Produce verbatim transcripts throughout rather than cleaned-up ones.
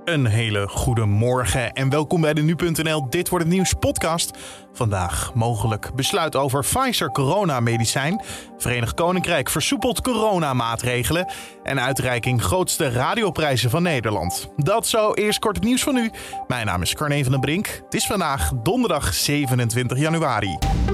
Een hele goede morgen en welkom bij de nu punt n l Dit wordt het nieuws podcast. Vandaag mogelijk besluit over Pfizer-coronamedicijn. Verenigd Koninkrijk versoepelt coronamaatregelen. En uitreiking grootste radioprijzen van Nederland. Dat zo eerst kort het nieuws van nu. Mijn naam is Carne van den Brink. Het is vandaag donderdag zevenentwintig januari.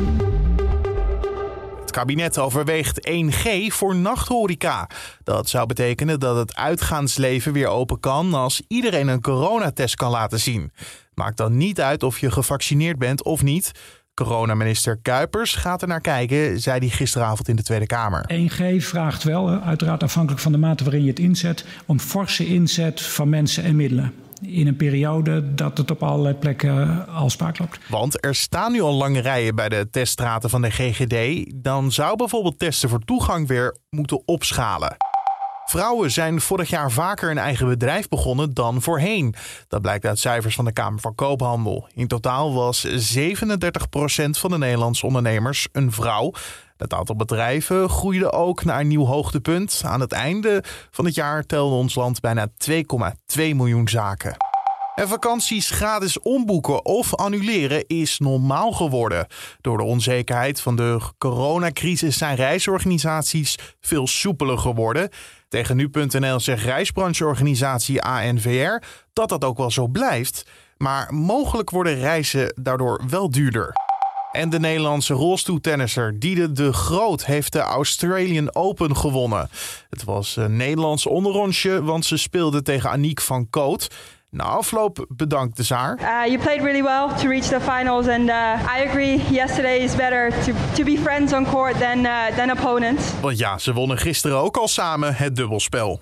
Het kabinet overweegt één G voor nachthoreca. Dat zou betekenen dat het uitgaansleven weer open kan als iedereen een coronatest kan laten zien. Maakt dan niet uit of je gevaccineerd bent of niet. Coronaminister Kuipers gaat er naar kijken, zei hij gisteravond in de Tweede Kamer. één G vraagt wel, uiteraard afhankelijk van de mate waarin je het inzet, om forse inzet van mensen en middelen. In een periode dat het op allerlei plekken al spaak loopt. Want er staan nu al lange rijen bij de teststraten van de G G D. Dan zou bijvoorbeeld testen voor toegang weer moeten opschalen. Vrouwen zijn vorig jaar vaker een eigen bedrijf begonnen dan voorheen. Dat blijkt uit cijfers van de Kamer van Koophandel. In totaal was zevenendertig procent van de Nederlandse ondernemers een vrouw. Het aantal bedrijven groeide ook naar een nieuw hoogtepunt. Aan het einde van het jaar telde ons land bijna twee komma twee miljoen zaken. En vakanties gratis omboeken of annuleren is normaal geworden. Door de onzekerheid van de coronacrisis zijn reisorganisaties veel soepeler geworden. Tegen nu punt n l zegt reisbrancheorganisatie A N V R dat dat ook wel zo blijft. Maar mogelijk worden reizen daardoor wel duurder. En de Nederlandse rolstoeltennisser Diede de Groot heeft de Australian Open gewonnen. Het was een Nederlands onderrondje, want ze speelde tegen Aniek van Koot. Na afloop bedankte ze haar. Uh, you played really well to reach the finals and uh, I agree. Yesterday is better to, to be friends on court than, uh, than opponents. Want ja, ze wonnen gisteren ook al samen het dubbelspel.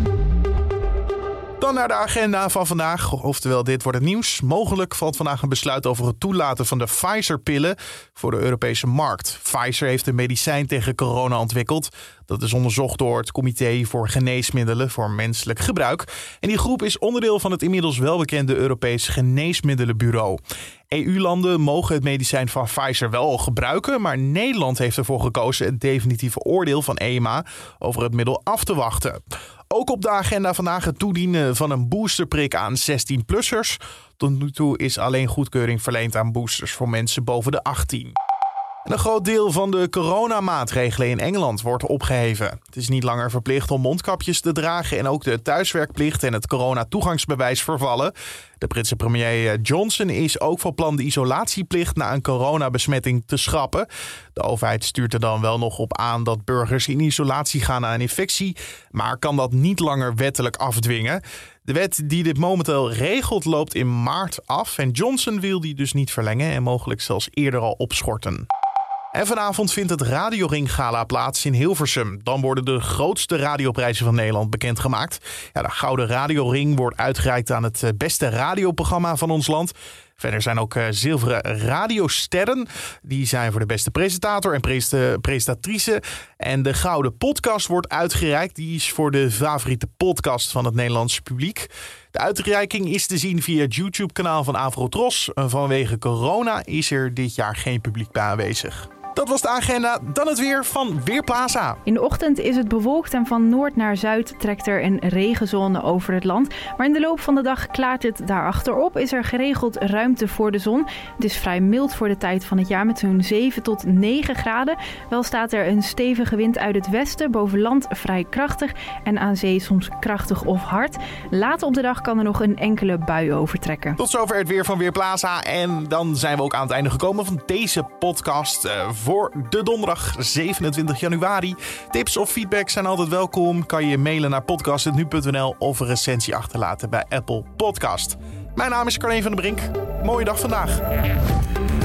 Dan naar de agenda van vandaag, oftewel dit wordt het nieuws. Mogelijk valt vandaag een besluit over het toelaten van de Pfizer-pillen voor de Europese markt. Pfizer heeft een medicijn tegen corona ontwikkeld. Dat is onderzocht door het Comité voor Geneesmiddelen voor Menselijk Gebruik. En die groep is onderdeel van het inmiddels welbekende Europees Geneesmiddelenbureau. E U-landen mogen het medicijn van Pfizer wel al gebruiken, maar Nederland heeft ervoor gekozen het definitieve oordeel van E M A over het middel af te wachten. Ook op de agenda vandaag het toedienen van een boosterprik aan zestien-plussers. Tot nu toe is alleen goedkeuring verleend aan boosters voor mensen boven de achttien. En een groot deel van de coronamaatregelen in Engeland wordt opgeheven. Het is niet langer verplicht om mondkapjes te dragen en ook de thuiswerkplicht en het coronatoegangsbewijs vervallen. De Britse premier Johnson is ook van plan de isolatieplicht na een coronabesmetting te schrappen. De overheid stuurt er dan wel nog op aan dat burgers in isolatie gaan na een infectie, maar kan dat niet langer wettelijk afdwingen. De wet die dit momenteel regelt loopt in maart af en Johnson wil die dus niet verlengen en mogelijk zelfs eerder al opschorten. En vanavond vindt het Radio Ring Gala plaats in Hilversum. Dan worden de grootste radioprijzen van Nederland bekendgemaakt. Ja, de Gouden Radio Ring wordt uitgereikt aan het beste radioprogramma van ons land. Verder zijn ook uh, zilveren radiosterren. Die zijn voor de beste presentator en pre- presentatrice. En de Gouden Podcast wordt uitgereikt. Die is voor de favoriete podcast van het Nederlandse publiek. De uitreiking is te zien via het YouTube-kanaal van Avrotros. Vanwege corona is er dit jaar geen publiek bij aanwezig. Dat was de agenda. Dan het weer van Weerplaza. In de ochtend is het bewolkt en van noord naar zuid trekt er een regenzone over het land. Maar in de loop van de dag klaart het daarachterop. Is er geregeld ruimte voor de zon. Het is vrij mild voor de tijd van het jaar met zo'n zeven tot negen graden. Wel staat er een stevige wind uit het westen. Boven land vrij krachtig en aan zee soms krachtig of hard. Later op de dag kan er nog een enkele bui overtrekken. Tot zover het weer van Weerplaza. En dan zijn we ook aan het einde gekomen van deze podcast uh, voor de donderdag zevenentwintig januari. Tips of feedback zijn altijd welkom. Kan je mailen naar podcast punt nu punt n l of een recensie achterlaten bij Apple Podcast. Mijn naam is Carne van den Brink. Mooie dag vandaag.